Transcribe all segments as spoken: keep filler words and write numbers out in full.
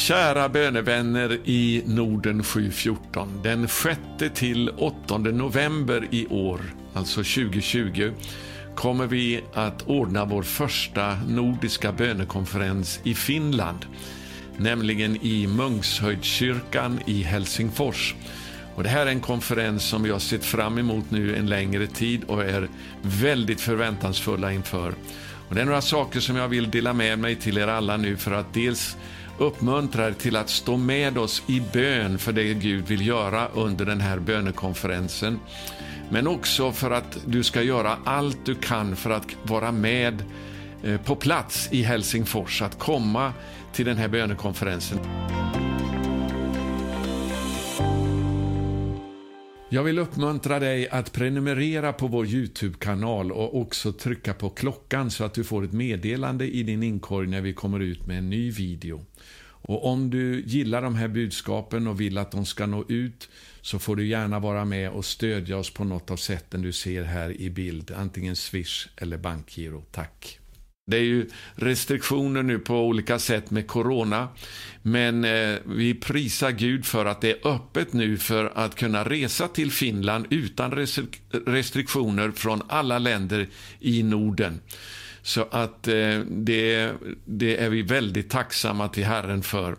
Kära bönevänner i Norden sju fjorton, den sjätte till åttonde november i år, alltså tjugo tjugo, kommer vi att ordna vår första nordiska bönekonferens i Finland, nämligen i Munkshöjdskyrkan i Helsingfors. Och det här är en konferens som vi har sett fram emot nu en längre tid och är väldigt förväntansfulla inför. Och det är några saker som jag vill dela med mig till er alla nu för att dels uppmuntra er till att stå med oss i bön för det Gud vill göra under den här bönekonferensen. Men också för att du ska göra allt du kan för att vara med på plats i Helsingfors, att komma till den här bönekonferensen. Jag vill uppmuntra dig att prenumerera på vår YouTube-kanal och också trycka på klockan så att du får ett meddelande i din inkorg när vi kommer ut med en ny video. Och om du gillar de här budskapen och vill att de ska nå ut så får du gärna vara med och stödja oss på något av sätten du ser här i bild, antingen Swish eller bankgiro. Tack! Det är ju restriktioner nu på olika sätt med corona, men eh, vi prisar Gud för att det är öppet nu för att kunna resa till Finland utan restriktioner från alla länder i Norden. Så att eh, det, det är vi väldigt tacksamma till Herren för.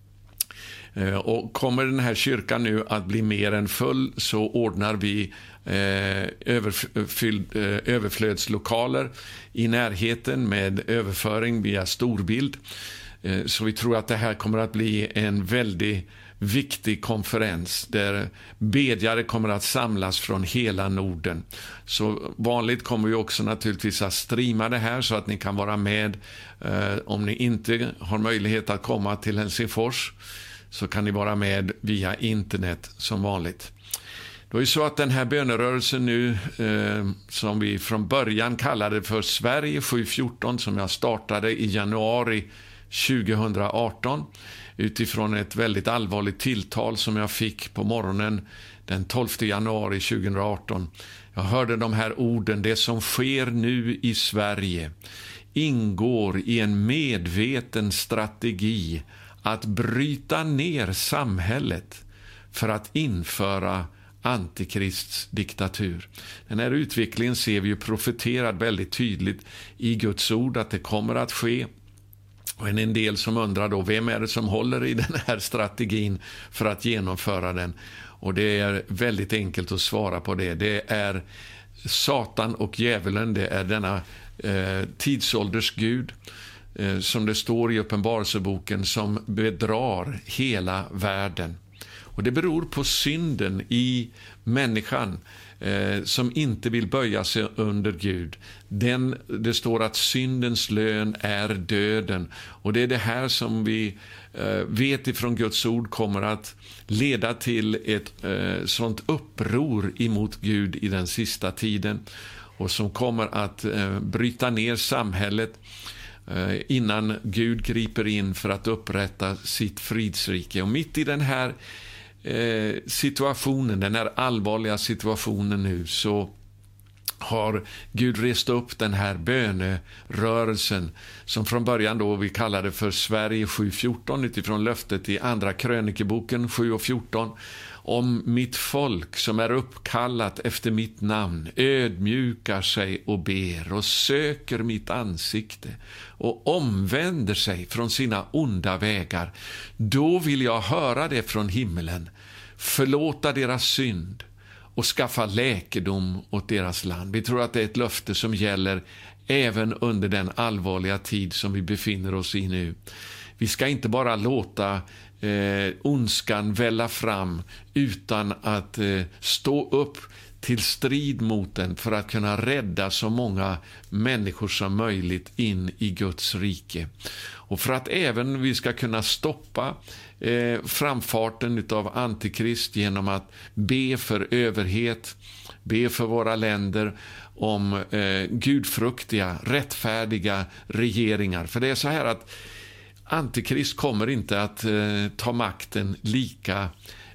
Eh, och kommer den här kyrkan nu att bli mer än full så ordnar vi Eh, överfylld, eh, överflödslokaler i närheten med överföring via storbild. Eh, så vi tror att det här kommer att bli en väldigt viktig konferens där bedjare kommer att samlas från hela Norden. Så vanligt kommer vi också naturligtvis att streama det här så att ni kan vara med. Eh, om ni inte har möjlighet att komma till Helsingfors så kan ni vara med via internet som vanligt. Det är ju så att den här bönerörelsen nu eh, som vi från början kallade för Sverige sju fjorton, som jag startade i januari tjugohundraarton utifrån ett väldigt allvarligt tilltal som jag fick på morgonen den tolfte januari tjugohundraarton. Jag hörde de här orden: det som sker nu i Sverige ingår i en medveten strategi att bryta ner samhället för att införa antikrists diktatur. Den här utvecklingen ser vi ju profeterad väldigt tydligt i Guds ord att det kommer att ske. Och en del som undrar då, vem är det som håller i den här strategin för att genomföra den? Och det är väldigt enkelt att svara på det. Det är Satan och djävulen, det är denna eh, tidsålders Gud eh, som det står i Uppenbarelseboken, som bedrar hela världen. Och det beror på synden i människan eh, som inte vill böja sig under Gud. Den, det står att syndens lön är döden. Och det är det här som vi eh, vet ifrån Guds ord kommer att leda till ett eh, sånt uppror emot Gud i den sista tiden. Och som kommer att eh, bryta ner samhället eh, innan Gud griper in för att upprätta sitt fridsrike. Och mitt i den här Eh, situationen, den här allvarliga situationen nu, så har Gud rest upp den här bönerörelsen som från början då vi kallade för Sverige sju fjorton utifrån löftet i andra krönikeboken sju och fjorton om mitt folk som är uppkallat efter mitt namn ödmjukar sig och ber och söker mitt ansikte och omvänder sig från sina onda vägar. Då vill jag höra det från himmelen, förlåta deras synd och skaffa läkedom åt deras land. Vi tror att det är ett löfte som gäller även under den allvarliga tid som vi befinner oss i nu. Vi ska inte bara låta eh, ondskan välla fram utan att eh, stå upp till strid mot den för att kunna rädda så många människor som möjligt in i Guds rike. Och för att även vi ska kunna stoppa eh, framfarten av antikrist genom att be för överhet, be för våra länder om eh, gudfruktiga, rättfärdiga regeringar. För det är så här att antikrist kommer inte att eh, ta makten lika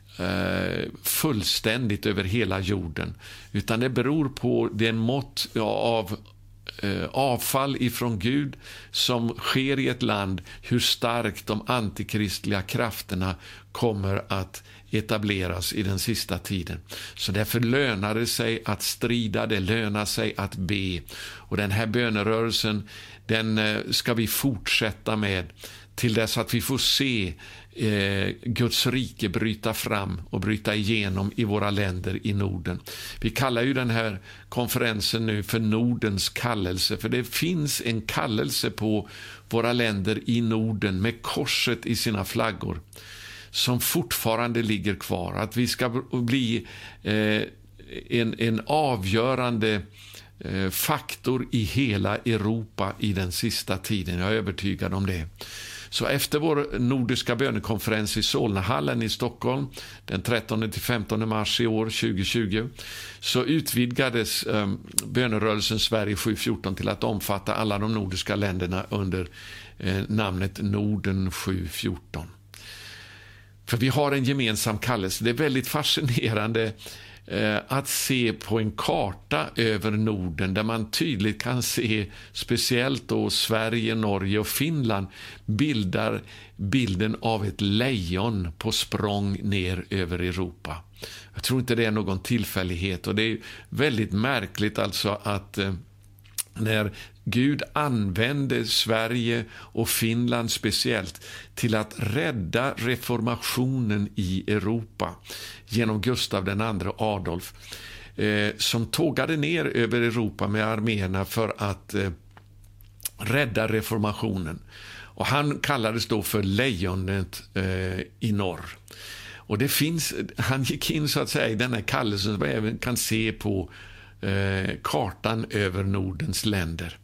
eh, fullständigt över hela jorden, utan det beror på den mått av eh, avfall ifrån Gud som sker i ett land, hur starkt de antikristliga krafterna kommer att etableras i den sista tiden. Så därför lönar det sig att strida, det lönar sig att be. Och den här bönerörelsen, den ska vi fortsätta med till dess att vi får se eh, Guds rike bryta fram och bryta igenom i våra länder i Norden. Vi kallar ju den här konferensen nu för Nordens kallelse, för det finns en kallelse på våra länder i Norden med korset i sina flaggor som fortfarande ligger kvar. Att vi ska bli eh, en, en avgörande eh, faktor i hela Europa i den sista tiden. Jag är övertygad om det. Så efter vår nordiska bönekonferens i Solnahallen i Stockholm den trettonde till femtonde mars i år tjugohundratjugo så utvidgades eh, bönerörelsen Sverige sju fjorton till att omfatta alla de nordiska länderna under eh, namnet Norden sju fjorton. För vi har en gemensam kallelse. Det är väldigt fascinerande eh, att se på en karta över Norden där man tydligt kan se speciellt då Sverige, Norge och Finland bildar bilden av ett lejon på språng ner över Europa. Jag tror inte det är någon tillfällighet, och det är väldigt märkligt alltså att eh, när Gud använde Sverige och Finland speciellt till att rädda reformationen i Europa genom Gustav den andre Adolf, eh, som tågade ner över Europa med arméerna för att eh, rädda reformationen. Och han kallades då för lejonet eh, i norr. Och det finns, han gick in så att säga i den här kallelsen som man även kan se på eh, kartan över Nordens länder.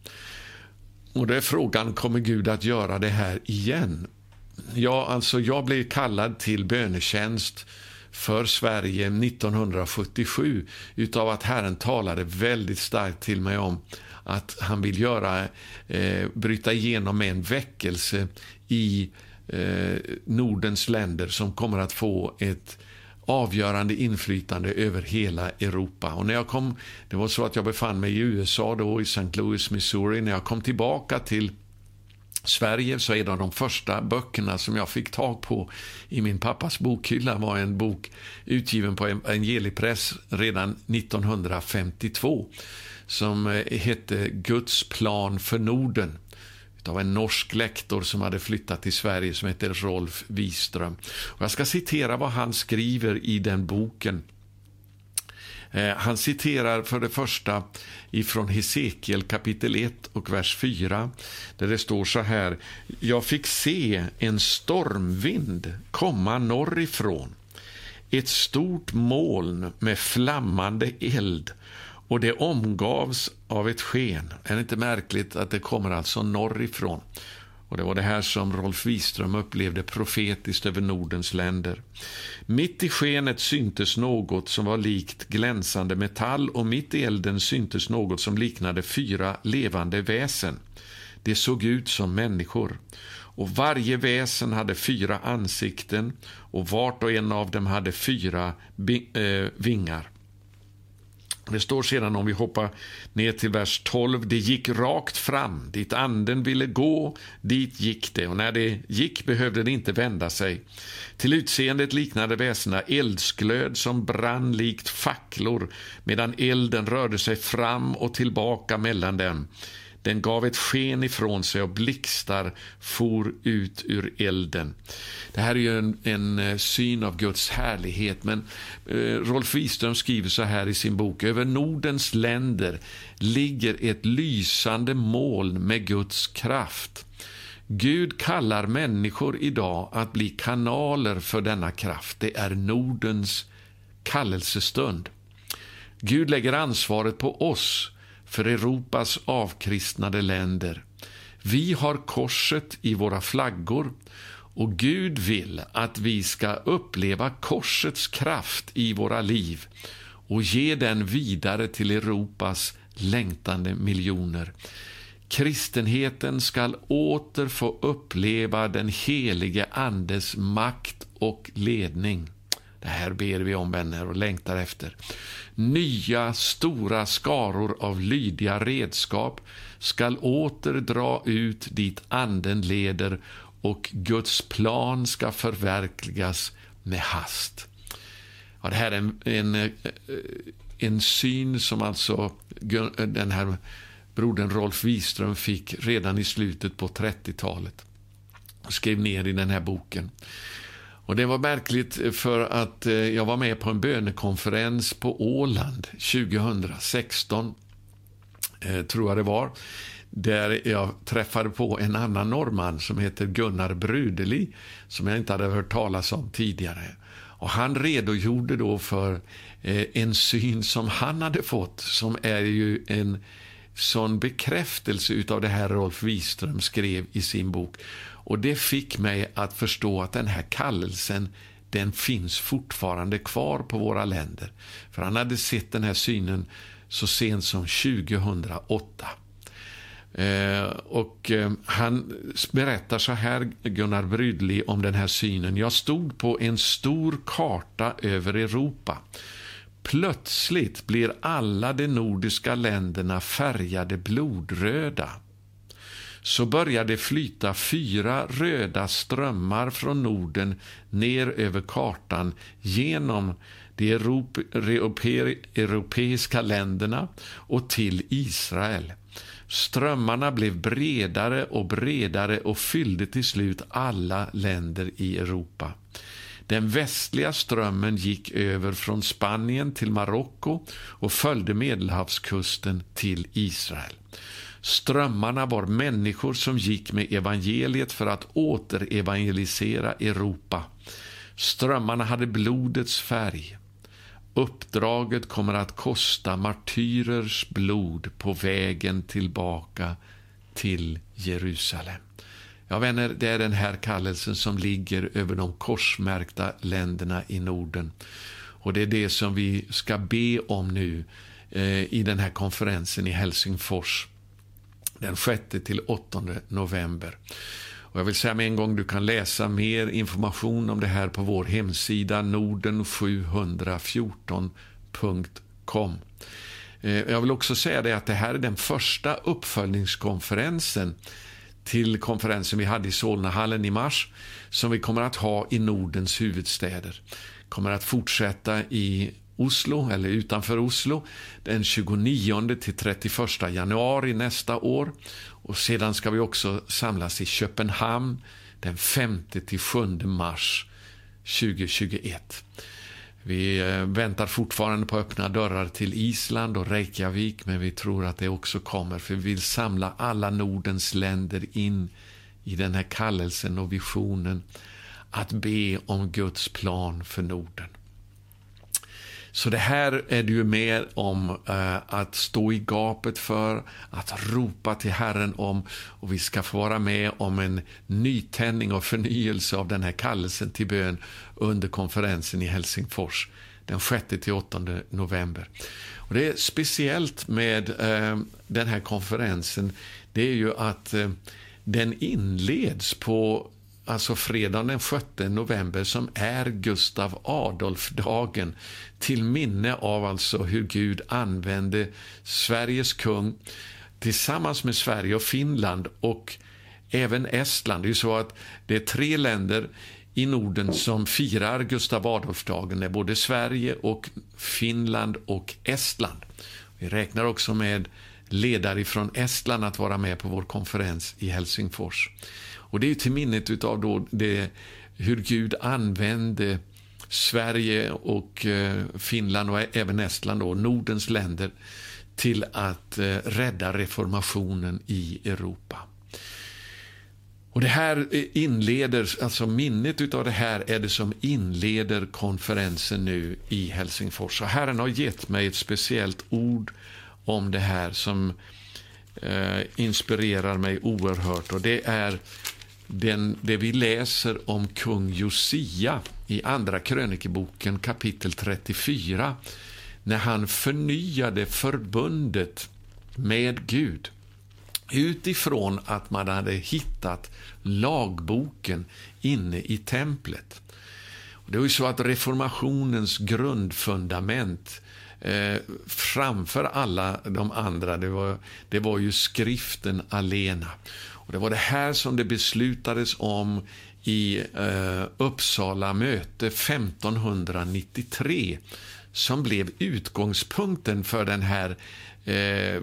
Och då är frågan, kommer Gud att göra det här igen? Ja, alltså jag blev kallad till bönetjänst för Sverige nittonhundrasjuttiosju utav att Herren talade väldigt starkt till mig om att han vill göra, eh, bryta igenom en väckelse i eh, Nordens länder som kommer att få ett avgörande inflytande över hela Europa. Och när jag kom, det var så att jag befann mig i U S A då, i Saint Louis, Missouri. När jag kom tillbaka till Sverige så är en av de första böckerna som jag fick tag på i min pappas bokhylla var en bok utgiven på Evangeliepress redan nittonhundrafemtiotvå som hette Guds plan för Norden, av en norsk lektor som hade flyttat till Sverige som heter Rolf Wiström. Och jag ska citera vad han skriver i den boken. Eh, han citerar för det första ifrån Hesekiel kapitel ett och vers fyra, där det står så här: Jag fick se en stormvind komma norrifrån, ett stort moln med flammande eld, och det omgavs av ett sken. Är det inte märkligt att det kommer alltså norrifrån? Och det var det här som Rolf Wiström upplevde profetiskt över Nordens länder. Mitt i skenet syntes något som var likt glänsande metall, och mitt i elden syntes något som liknade fyra levande väsen. Det såg ut som människor. Och varje väsen hade fyra ansikten, och vart och en av dem hade fyra vingar. Det står sedan, om vi hoppar ner till vers tolv, det gick rakt fram, dit anden ville gå, dit gick det, och när det gick behövde det inte vända sig. Till utseendet liknade väsena eldsglöd som brann likt facklor, medan elden rörde sig fram och tillbaka mellan dem. Den gav ett sken ifrån sig och blixtar for ut ur elden. Det här är ju en, en syn av Guds härlighet, men eh, Rolf Wiström skriver så här i sin bok: över Nordens länder ligger ett lysande moln med Guds kraft. Gud kallar människor idag att bli kanaler för denna kraft. Det är Nordens kallelsestund. Gud lägger ansvaret på oss för Europas avkristnade länder. Vi har korset i våra flaggor, och Gud vill att vi ska uppleva korsets kraft i våra liv och ge den vidare till Europas längtande miljoner. Kristenheten ska åter få uppleva den helige andes makt och ledning. Det här ber vi om, vänner, och längtar efter. Nya stora skaror av lydiga redskap skall åter dra ut dit anden leder, och Guds plan ska förverkligas med hast. Ja, det här är en, en, en syn som alltså den här brodern Rolf Wiström fick redan i slutet på trettiotalet och skrev ner i den här boken. Och det var märkligt, för att jag var med på en bönekonferens på Åland tjugohundrasexton, eh, tror jag det var, där jag träffade på en annan norrman som heter Gunnar Brudeli, som jag inte hade hört talas om tidigare. Och han redogjorde då för eh, en syn som han hade fått, som är ju en sån bekräftelse utav det här Rolf Wiström skrev i sin bok. Och det fick mig att förstå att den här kallelsen, den finns fortfarande kvar på våra länder. För han hade sett den här synen så sent som tjugohundraåtta. Eh, och eh, han berättar så här, Gunnar Brydli, om den här synen. Jag stod på en stor karta över Europa. Plötsligt blir alla de nordiska länderna färgade blodröda. Så började flyta fyra röda strömmar från Norden ner över kartan genom de europe- europeiska länderna och till Israel. Strömmarna blev bredare och bredare och fyllde till slut alla länder i Europa. Den västliga strömmen gick över från Spanien till Marocko och följde Medelhavskusten till Israel. Strömmarna var människor som gick med evangeliet för att återevangelisera Europa. Strömmarna hade blodets färg. Uppdraget kommer att kosta martyrers blod på vägen tillbaka till Jerusalem. Ja, vänner, det är den här kallelsen som ligger över de korsmärkta länderna i Norden. Och det är det som vi ska be om nu eh, i den här konferensen i Helsingfors den sjätte till åttonde november. Och jag vill säga med en gång, du kan läsa mer information om det här på vår hemsida norden sju fjorton punkt com. Jag vill också säga det att det här är den första uppföljningskonferensen till konferensen vi hade i Solnahallen i mars, som vi kommer att ha i Nordens huvudstäder. Kommer att fortsätta i Oslo, eller utanför Oslo, den tjugonionde till trettioförsta januari nästa år. Och sedan ska vi också samlas i Köpenhamn den femte till sjunde mars tjugohundratjugoett. Vi väntar fortfarande på öppna dörrar till Island och Reykjavik, men vi tror att det också kommer, för vi vill samla alla Nordens länder in i den här kallelsen och visionen att be om Guds plan för Norden. Så det här är det ju mer om eh, att stå i gapet för, att ropa till Herren om, och vi ska få vara med om en nytändning och förnyelse av den här kallelsen till bön under konferensen i Helsingfors den sjätte till åttonde november. Och det är speciellt med eh, den här konferensen, det är ju att eh, den inleds på alltså fredagen den sjätte november, som är Gustav Adolf-dagen, till minne av alltså hur Gud använde Sveriges kung tillsammans med Sverige och Finland och även Estland. Det är ju så att det är tre länder i Norden som firar Gustav Adolf-dagen. Det är både Sverige och Finland och Estland. Vi räknar också med ledare från Estland att vara med på vår konferens i Helsingfors. Och det är ju till minnet utav då det, hur Gud använde Sverige och eh, Finland och även Estland då, Nordens länder, till att eh, rädda reformationen i Europa. Och det här inleder, alltså minnet utav det här är det som inleder konferensen nu i Helsingfors. Och Herren har gett mig ett speciellt ord om det här som eh, inspirerar mig oerhört, och det är Den, det vi läser om kung Josia i andra krönikeboken kapitel trettiofyra, när han förnyade förbundet med Gud utifrån att man hade hittat lagboken inne i templet. Det var ju så att reformationens grundfundament eh, framför alla de andra, det var, det var ju skriften alena. Och det var det här som det beslutades om i eh, Uppsala möte femtonhundranittiotre, som blev utgångspunkten för den här eh,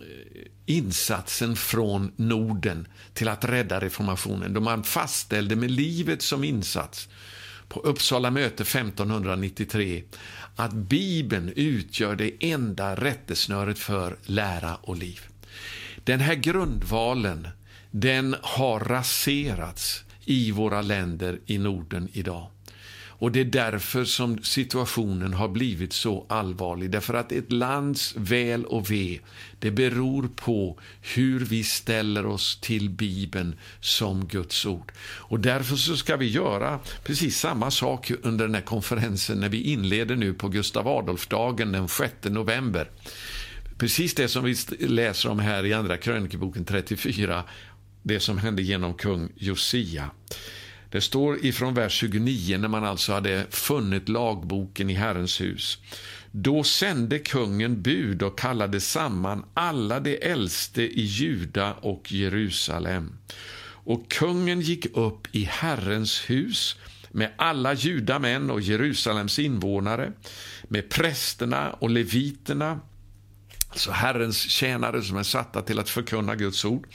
insatsen från Norden till att rädda reformationen. Då man fastställde med livet som insats på Uppsala möte femtonhundranittiotre att Bibeln utgör det enda rättesnöret för lära och liv. Den här grundvalen, den har raserats i våra länder i Norden idag. Och det är därför som situationen har blivit så allvarlig. Därför att ett lands väl och ve, det beror på hur vi ställer oss till Bibeln som Guds ord. Och därför så ska vi göra precis samma sak under den här konferensen när vi inleder nu på Gustav Adolfsdagen den sjätte november. Precis det som vi läser om här i andra krönikeboken trettiofyra, det som hände genom kung Josia. Det står ifrån vers tjugonio, när man alltså hade funnit lagboken i Herrens hus. Då sände kungen bud och kallade samman alla de äldste i Juda och Jerusalem. Och kungen gick upp i Herrens hus med alla judamän och Jerusalems invånare, med prästerna och leviterna, alltså Herrens tjänare som är satta till att förkunna Guds ord.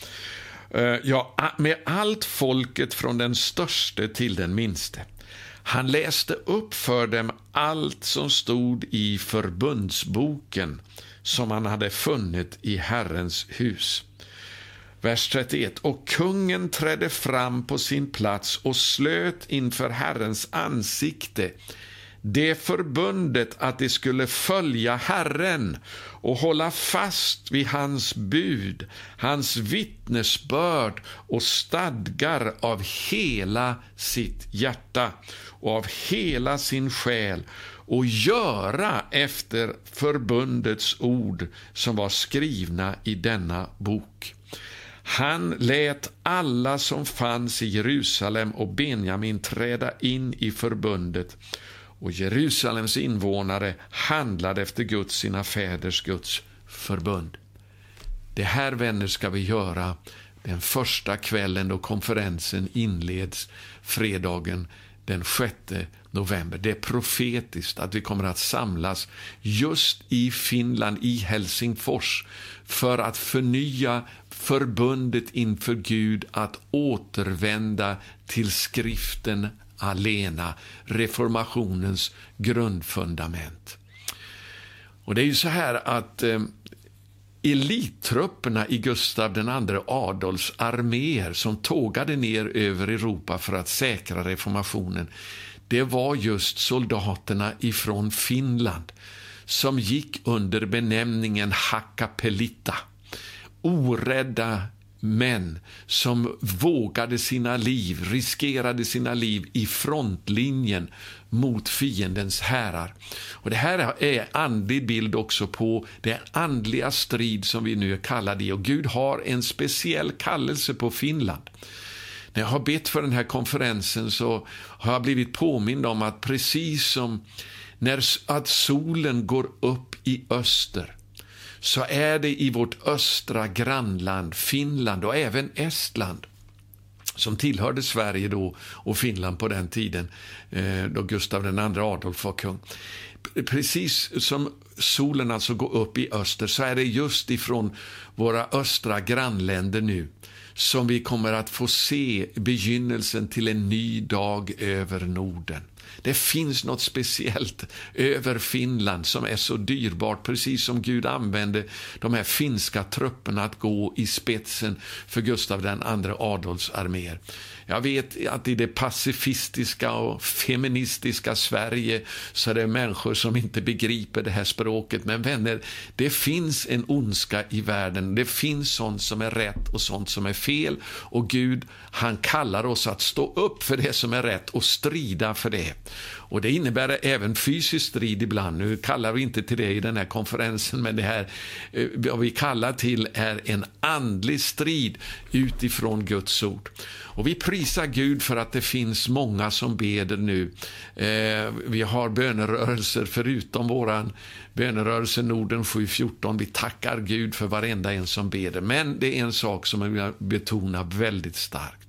Ja, med allt folket från den störste till den minste. Han läste upp för dem allt som stod i förbundsboken som han hade funnit i Herrens hus. Vers trettioett. Och kungen trädde fram på sin plats och slöt inför Herrens ansikte det förbundet att de skulle följa Herren och hålla fast vid hans bud, hans vittnesbörd och stadgar av hela sitt hjärta och av hela sin själ, och göra efter förbundets ord som var skrivna i denna bok. Han lät alla som fanns i Jerusalem och Benjamin träda in i förbundet, och Jerusalems invånare handlade efter Guds, sina fäders Guds förbund. Det här, vänner, ska vi göra den första kvällen då konferensen inleds, fredagen den sjätte november. Det är profetiskt att vi kommer att samlas just i Finland, i Helsingfors, för att förnya förbundet inför Gud, att återvända till skriften alena, reformationens grundfundament. Och det är ju så här att eh, elittrupperna i Gustav den andre Adolfs arméer som tågade ner över Europa för att säkra reformationen, det var just soldaterna ifrån Finland som gick under benämningen Hakkapeliitta, orädda män som vågade sina liv, riskerade sina liv i frontlinjen mot fiendens härar. Och det här är andlig bild också på den andliga strid som vi nu är kallade i. Och Gud har en speciell kallelse på Finland. När jag har bett för den här konferensen så har jag blivit påmind om att precis som när att solen går upp i öster, så är det i vårt östra grannland Finland och även Estland, som tillhörde Sverige då och Finland på den tiden då Gustav den andre Adolf var kung. Precis som solen alltså går upp i öster, så är det just ifrån våra östra grannländer nu som vi kommer att få se begynnelsen till en ny dag över Norden. Det finns något speciellt över Finland som är så dyrbart, precis som Gud använde de här finska trupperna att gå i spetsen för Gustav den andre Adolfs arméer. Jag vet att i det pacifistiska och feministiska Sverige så är det människor som inte begriper det här språket. Men vänner, det finns en ondska i världen. Det finns sånt som är rätt och sånt som är fel. Och Gud, han kallar oss att stå upp för det som är rätt och strida för det. Och det innebär även fysisk strid ibland. Nu kallar vi inte till det i den här konferensen, men det här, vad vi kallar till är en andlig strid utifrån Guds ord. Och vi prisar Gud för att det finns många som beder nu. Eh, vi har bönerörelser förutom våran bönerörelse Norden sju fjorton. Vi tackar Gud för varenda en som beder. Men det är en sak som jag vill betona väldigt starkt.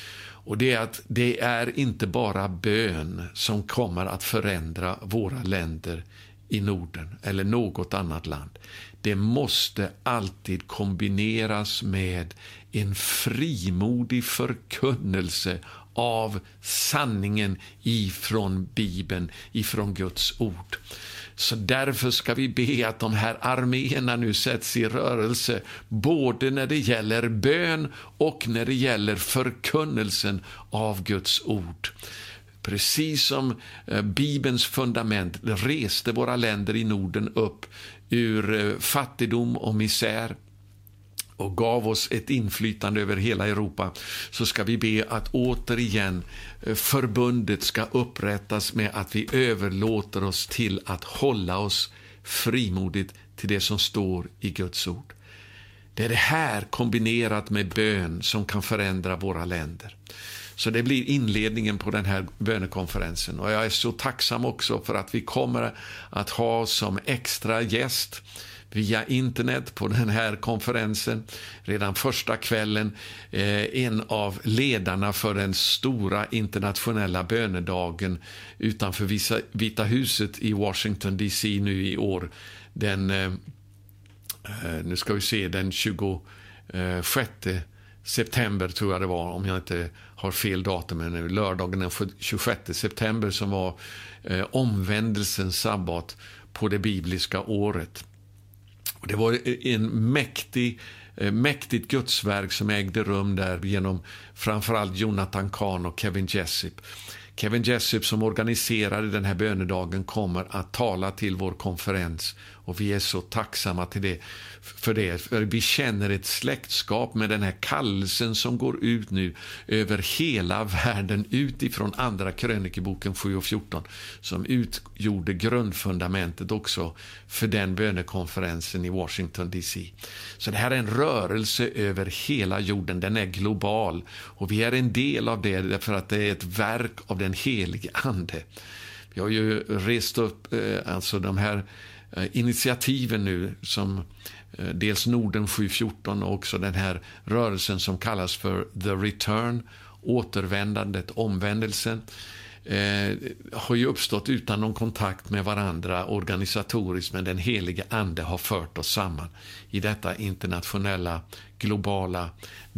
Och det är att det är inte bara bön som kommer att förändra våra länder i Norden eller något annat land. Det måste alltid kombineras med en frimodig förkunnelse av sanningen ifrån Bibeln, ifrån Guds ord. Så därför ska vi be att de här arméerna nu sätts i rörelse, både när det gäller bön och när det gäller förkunnelsen av Guds ord. Precis som Bibelns fundament reste våra länder i Norden upp ur fattigdom och misär och gav oss ett inflytande över hela Europa, så ska vi be att återigen förbundet ska upprättas med att vi överlåter oss till att hålla oss frimodigt till det som står i Guds ord. Det är det här kombinerat med bön som kan förändra våra länder. Så det blir inledningen på den här bönekonferensen. Och jag är så tacksam också för att vi kommer att ha som extra gäst via internet på den här konferensen redan första kvällen eh, en av ledarna för den stora internationella bönedagen utanför Visa, Vita huset i Washington D C nu i år. Den, eh, nu ska vi se, den tjugosjätte september tror jag det var, om jag inte har fel datum, men lördagen den tjugosjätte september som var eh, omvändelsens sabbat på det bibliska året. Och det var en mäktig, eh, mäktigt gudsverk som ägde rum där genom framförallt Jonathan Kahn och Kevin Jessup. Kevin Jessup som organiserade den här bönedagen kommer att tala till vår konferens, och vi är så tacksamma till det, för det. För vi känner ett släktskap med den här kallelsen som går ut nu över hela världen utifrån andra krönikeboken sju och fjorton, som utgjorde grundfundamentet också för den bönekonferensen i Washington D C. Så det här är en rörelse över hela jorden, den är global, och vi är en del av det därför att det är ett verk av den helige ande. Vi har ju rest upp eh, alltså de här eh, initiativen nu som eh, dels Norden sju fjorton och också den här rörelsen som kallas för The Return, återvändandet, omvändelsen, eh, har ju uppstått utan någon kontakt med varandra organisatoriskt, men den helige ande har fört oss samman i detta internationella, globala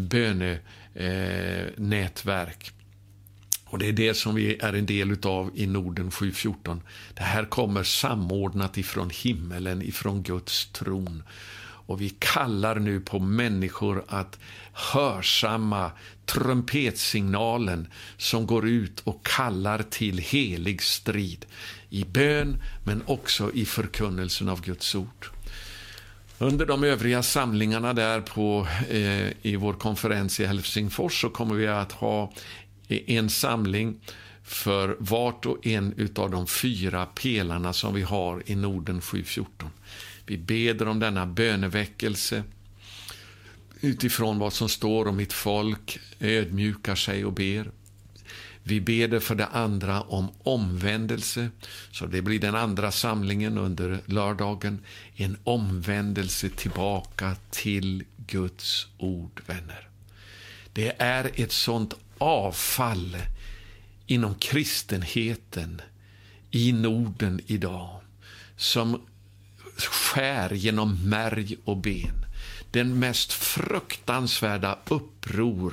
bönenätverk. Eh, Och det är det som vi är en del utav i Norden sju fjorton. Det här kommer samordnat ifrån himmelen, ifrån Guds tron. Och vi kallar nu på människor att hörsamma trumpetsignalen som går ut och kallar till helig strid. I bön men också i förkunnelsen av Guds ord. Under de övriga samlingarna där på, eh, i vår konferens i Helsingfors så kommer vi att ha en samling för vart och en av de fyra pelarna som vi har i Norden sju fjorton. Vi beder om denna böneväckelse utifrån vad som står om mitt folk ödmjukar sig och ber. Vi beder för det andra om omvändelse, så det blir den andra samlingen under lördagen. En omvändelse tillbaka till Guds ord, vänner. Det är ett sånt avfall inom kristenheten i Norden idag som skär genom märg och ben. Den mest fruktansvärda uppror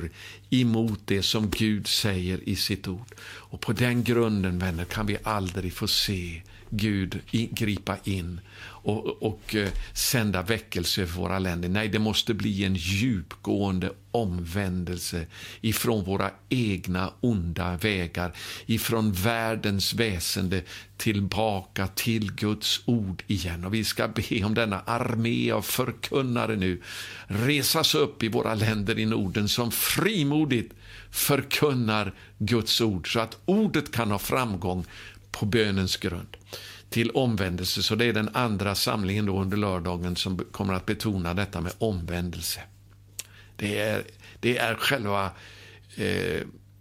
emot det som Gud säger i sitt ord. Och på den grunden, vänner, kan vi aldrig få se Gud gripa in och, och sända väckelse för våra länder. Nej, det måste bli en djupgående omvändelse ifrån våra egna onda vägar, ifrån världens väsende tillbaka till Guds ord igen. Och vi ska be om denna armé av förkunnare nu resas upp i våra länder i Norden som frimodigt förkunnar Guds ord, så att ordet kan ha framgång på bönens grund till omvändelse. Så det är den andra samlingen då under lördagen som kommer att betona detta med omvändelse. Det är, det är själva eh,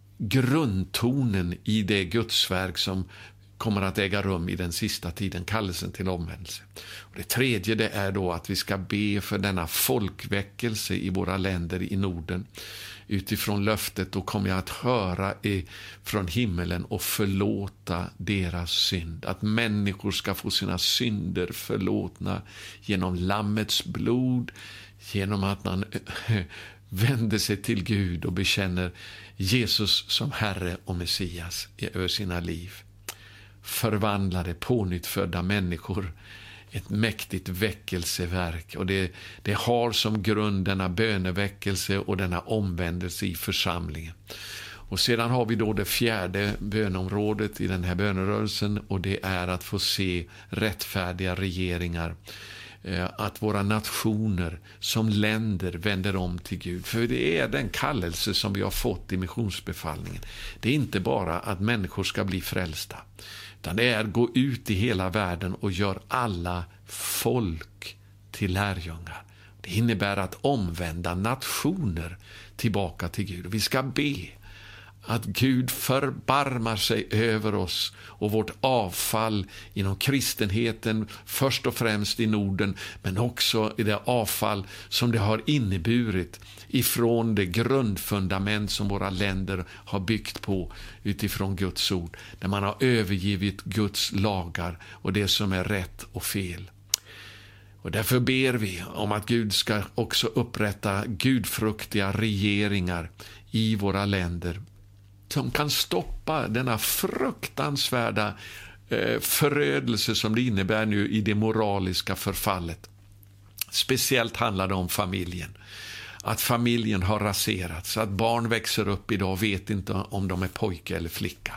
grundtonen i det gudsverk som kommer att äga rum i den sista tiden, kallelsen till omvändelse. Och det tredje, det är då att vi ska be för denna folkväckelse i våra länder i Norden. Utifrån löftet, då kommer jag att höra från himmelen och förlåta deras synd. Att människor ska få sina synder förlåtna genom lammets blod, genom att man vänder sig till Gud och bekänner Jesus som Herre och Messias över sina liv. Förvandlade, pånyttfödda människor, ett mäktigt väckelseverk, och det, det har som grund denna böneväckelse och denna omvändelse i församlingen. Och sedan har vi då det fjärde bönområdet i den här bönerörelsen, och det är att få se rättfärdiga regeringar, att våra nationer som länder vänder om till Gud. För det är den kallelse som vi har fått i missionsbefallningen. Det är inte bara att människor ska bli frälsta, utan det är att gå ut i hela världen och gör alla folk till lärjungar. Det innebär att omvända nationer tillbaka till Gud. Vi ska be att Gud förbarmar sig över oss och vårt avfall inom kristenheten, först och främst i Norden, men också i det avfall som det har inneburit ifrån det grundfundament som våra länder har byggt på utifrån Guds ord, där man har övergivit Guds lagar och det som är rätt och fel. Och därför ber vi om att Gud ska också upprätta gudfruktiga regeringar i våra länder, som kan stoppa denna fruktansvärda eh, förödelse som det innebär nu i det moraliska förfallet. Speciellt handlar det om familjen. Att familjen har raserats, att barn växer upp idag och vet inte om de är pojke eller flicka.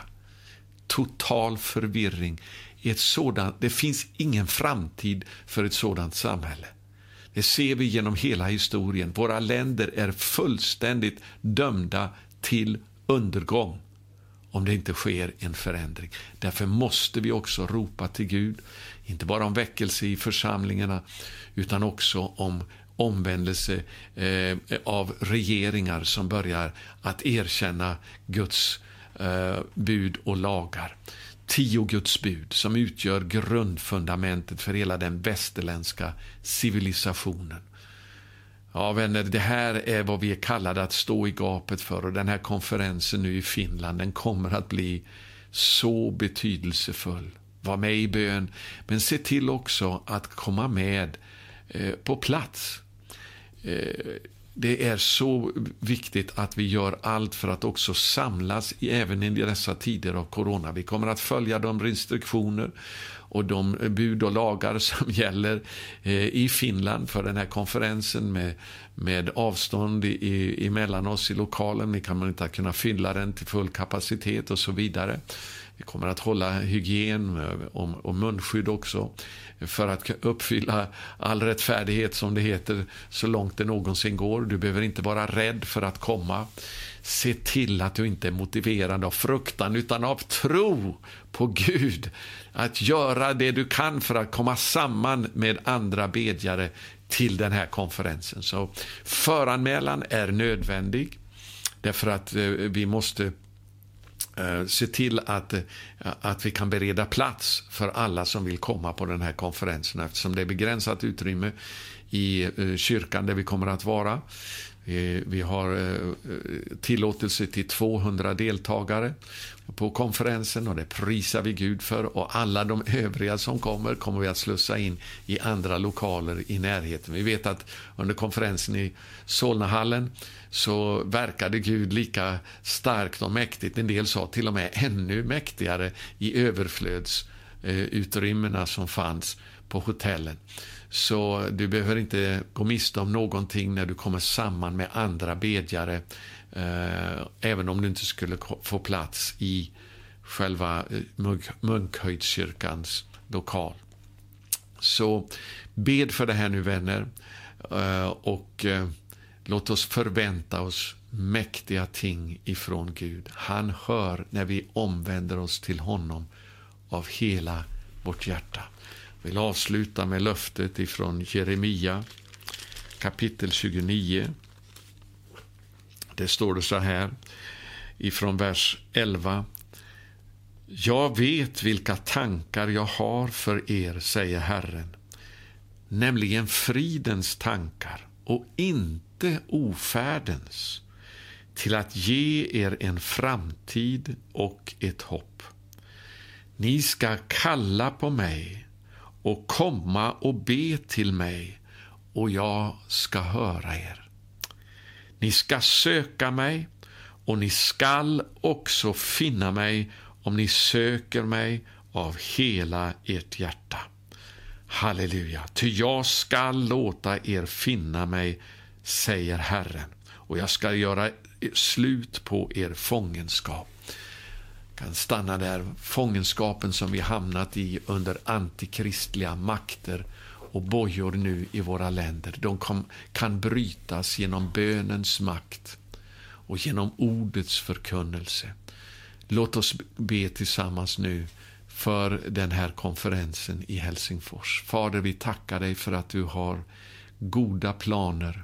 Total förvirring. I ett sådant, det finns ingen framtid för ett sådant samhälle. Det ser vi genom hela historien. Våra länder är fullständigt dömda till undergång om det inte sker en förändring. Därför måste vi också ropa till Gud, inte bara om väckelse i församlingarna, utan också om omvändelse eh, av regeringar som börjar att erkänna Guds eh, bud och lagar. Tio Guds bud som utgör grundfundamentet för hela den västerländska civilisationen. Ja, vänner, det här är vad vi är kallade att stå i gapet för, och den här konferensen nu i Finland, den kommer att bli så betydelsefull. Var med i bön, men se till också att komma med eh, på plats. Eh, det är så viktigt att vi gör allt för att också samlas i, även i dessa tider av corona. Vi kommer att följa de restriktioner och de bud och lagar som gäller eh, i Finland för den här konferensen, med, med avstånd i, emellan oss i lokalen. Vi kommer inte att kunna fylla den till full kapacitet och så vidare. Vi kommer att hålla hygien och, och munskydd också för att uppfylla all rättfärdighet, som det heter, så långt det någonsin går. Du behöver inte vara rädd för att komma. Se till att du inte är motiverad av fruktan utan av tro på Gud. Att göra det du kan för att komma samman med andra bedjare till den här konferensen. Så föranmälan är nödvändig, därför att vi måste se till att, att vi kan bereda plats för alla som vill komma på den här konferensen, eftersom det är begränsat utrymme i kyrkan där vi kommer att vara. Vi har tillåtelse till tvåhundra deltagare på konferensen och det prisar vi Gud för. Och alla de övriga som kommer kommer vi att slussa in i andra lokaler i närheten. Vi vet att under konferensen i Solnahallen så verkade Gud lika starkt och mäktigt. En del sa till och med ännu mäktigare i överflödsutrymmena som fanns på hotellen. Så du behöver inte gå miste om någonting när du kommer samman med andra bedjare, eh, även om du inte skulle få plats i själva Munkhöjdskyrkans lokal. Så bed för det här nu, vänner, eh, och eh, låt oss förvänta oss mäktiga ting ifrån Gud. Han hör när vi omvänder oss till honom av hela vårt hjärta. Jag vill avsluta med löftet ifrån Jeremia kapitel tjugonio. Det står det så här ifrån vers elva. Jag vet vilka tankar jag har för er, säger Herren, nämligen fridens tankar och inte ofärdens, till att ge er en framtid och ett hopp. Ni ska kalla på mig och komma och be till mig, och jag ska höra er. Ni ska söka mig, och ni skall också finna mig, om ni söker mig av hela ert hjärta. Halleluja, ty jag ska låta er finna mig, säger Herren, och jag ska göra slut på er fångenskap. Kan stanna där, fångenskapen som vi hamnat i under antikristliga makter och bojor nu i våra länder. De kom, kan brytas genom bönens makt och genom ordets förkunnelse. Låt oss be tillsammans nu för den här konferensen i Helsingfors. Fader, vi tackar dig för att du har goda planer,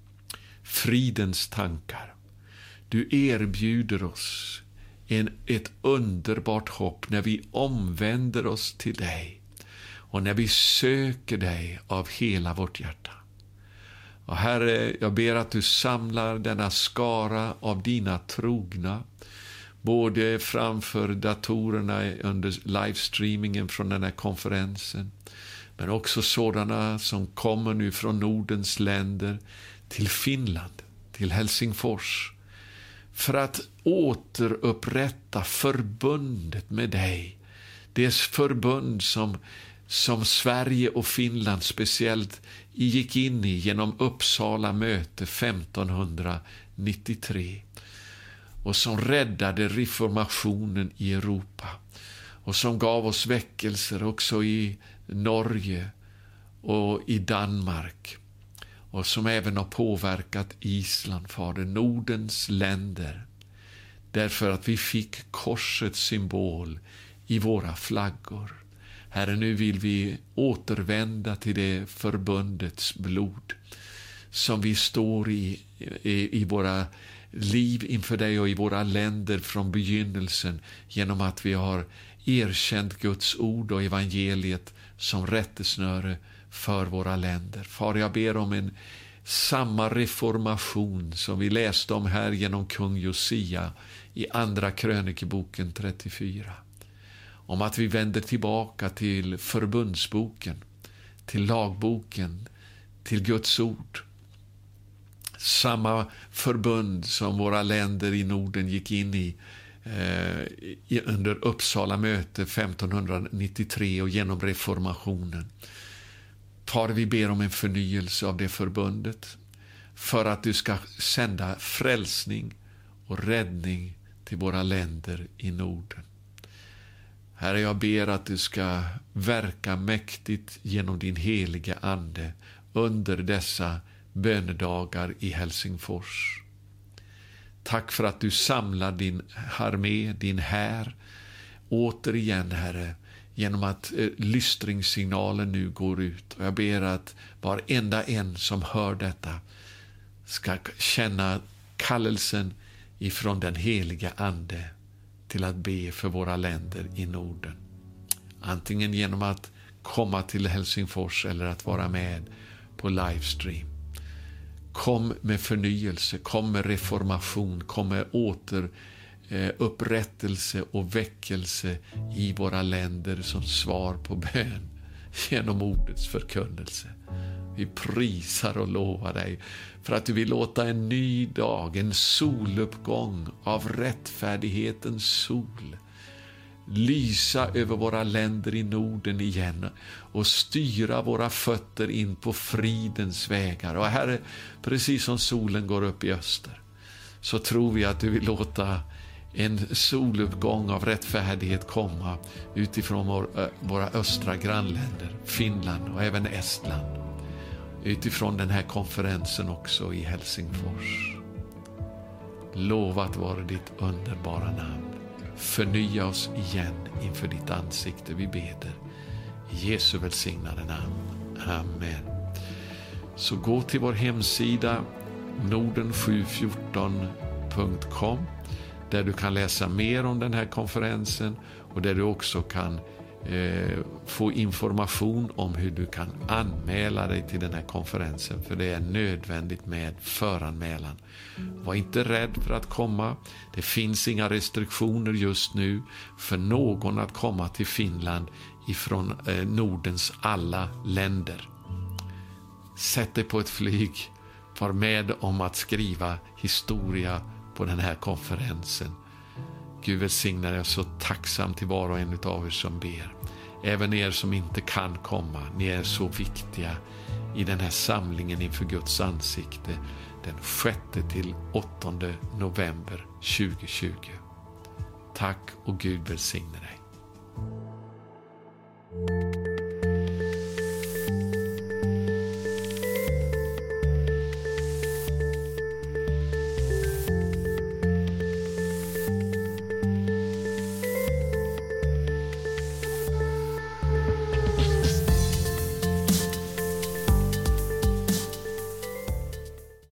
fridens tankar. Du erbjuder oss En, ett underbart hopp när vi omvänder oss till dig och när vi söker dig av hela vårt hjärta. Och Herre, jag ber att du samlar denna skara av dina trogna, både framför datorerna under livestreamingen från den här konferensen, men också sådana som kommer nu från Nordens länder till Finland, till Helsingfors, för att återupprätta förbundet med dig. Det förbund som, som Sverige och Finland speciellt gick in i genom Uppsala möte femtonhundranittiotre och som räddade reformationen i Europa och som gav oss väckelser också i Norge och i Danmark, och som även har påverkat Island, Fader, Nordens länder, därför att vi fick korsets symbol i våra flaggor. Herre, nu vill vi återvända till det förbundets blod som vi står i, i, i våra liv inför dig och i våra länder från begynnelsen, genom att vi har erkänt Guds ord och evangeliet som rättesnöre för våra länder. Far, jag ber om en samma reformation som vi läste om här genom kung Josia i andra krönikeboken trettiofyra. Om att vi vänder tillbaka till förbundsboken, till lagboken, till Guds ord. Samma förbund som våra länder i Norden gick in i eh, under Uppsala möte femtonhundranittiotre och genom reformationen. Far, vi ber om en förnyelse av det förbundet för att du ska sända frälsning och räddning till våra länder i Norden. Herre, jag ber att du ska verka mäktigt genom din heliga ande under dessa bönedagar i Helsingfors. Tack för att du samlar din armé, din här, återigen, Herre, genom att eh, lystringssignalen nu går ut. Och jag ber att varenda en som hör detta ska känna kallelsen ifrån den heliga ande till att be för våra länder i Norden. Antingen genom att komma till Helsingfors eller att vara med på livestream. Kom med förnyelse, kom med reformation, kom med åter eh, upprättelse och väckelse i våra länder som svar på bön genom ordets förkunnelse. Vi prisar och lovar dig för att du vill låta en ny dag, en soluppgång av rättfärdighetens sol lysa över våra länder i Norden igen och styra våra fötter in på fridens vägar. Och Herre, precis som solen går upp i öster, så tror vi att du vill låta en soluppgång av rättfärdighet komma utifrån vår, våra östra grannländer, Finland och även Estland. Utifrån den här konferensen också i Helsingfors. Lovat vare ditt underbara namn. Förnya oss igen inför ditt ansikte, vi beder. I Jesu välsignade namn. Amen. Så gå till vår hemsida norden sju fjorton punkt com där du kan läsa mer om den här konferensen och där du också kan eh, få information om hur du kan anmäla dig till den här konferensen, för det är nödvändigt med föranmälan. Var inte rädd för att komma. Det finns inga restriktioner just nu för någon att komma till Finland ifrån eh, Nordens alla länder. Sätt dig på ett flyg, var med om att skriva historia på den här konferensen. Gud välsignar er, så tacksam till var och en av er som ber. Även er som inte kan komma, ni är så viktiga i den här samlingen inför Guds ansikte den sjätte till åttonde november tjugohundratjugo. Tack och Gud välsigne dig.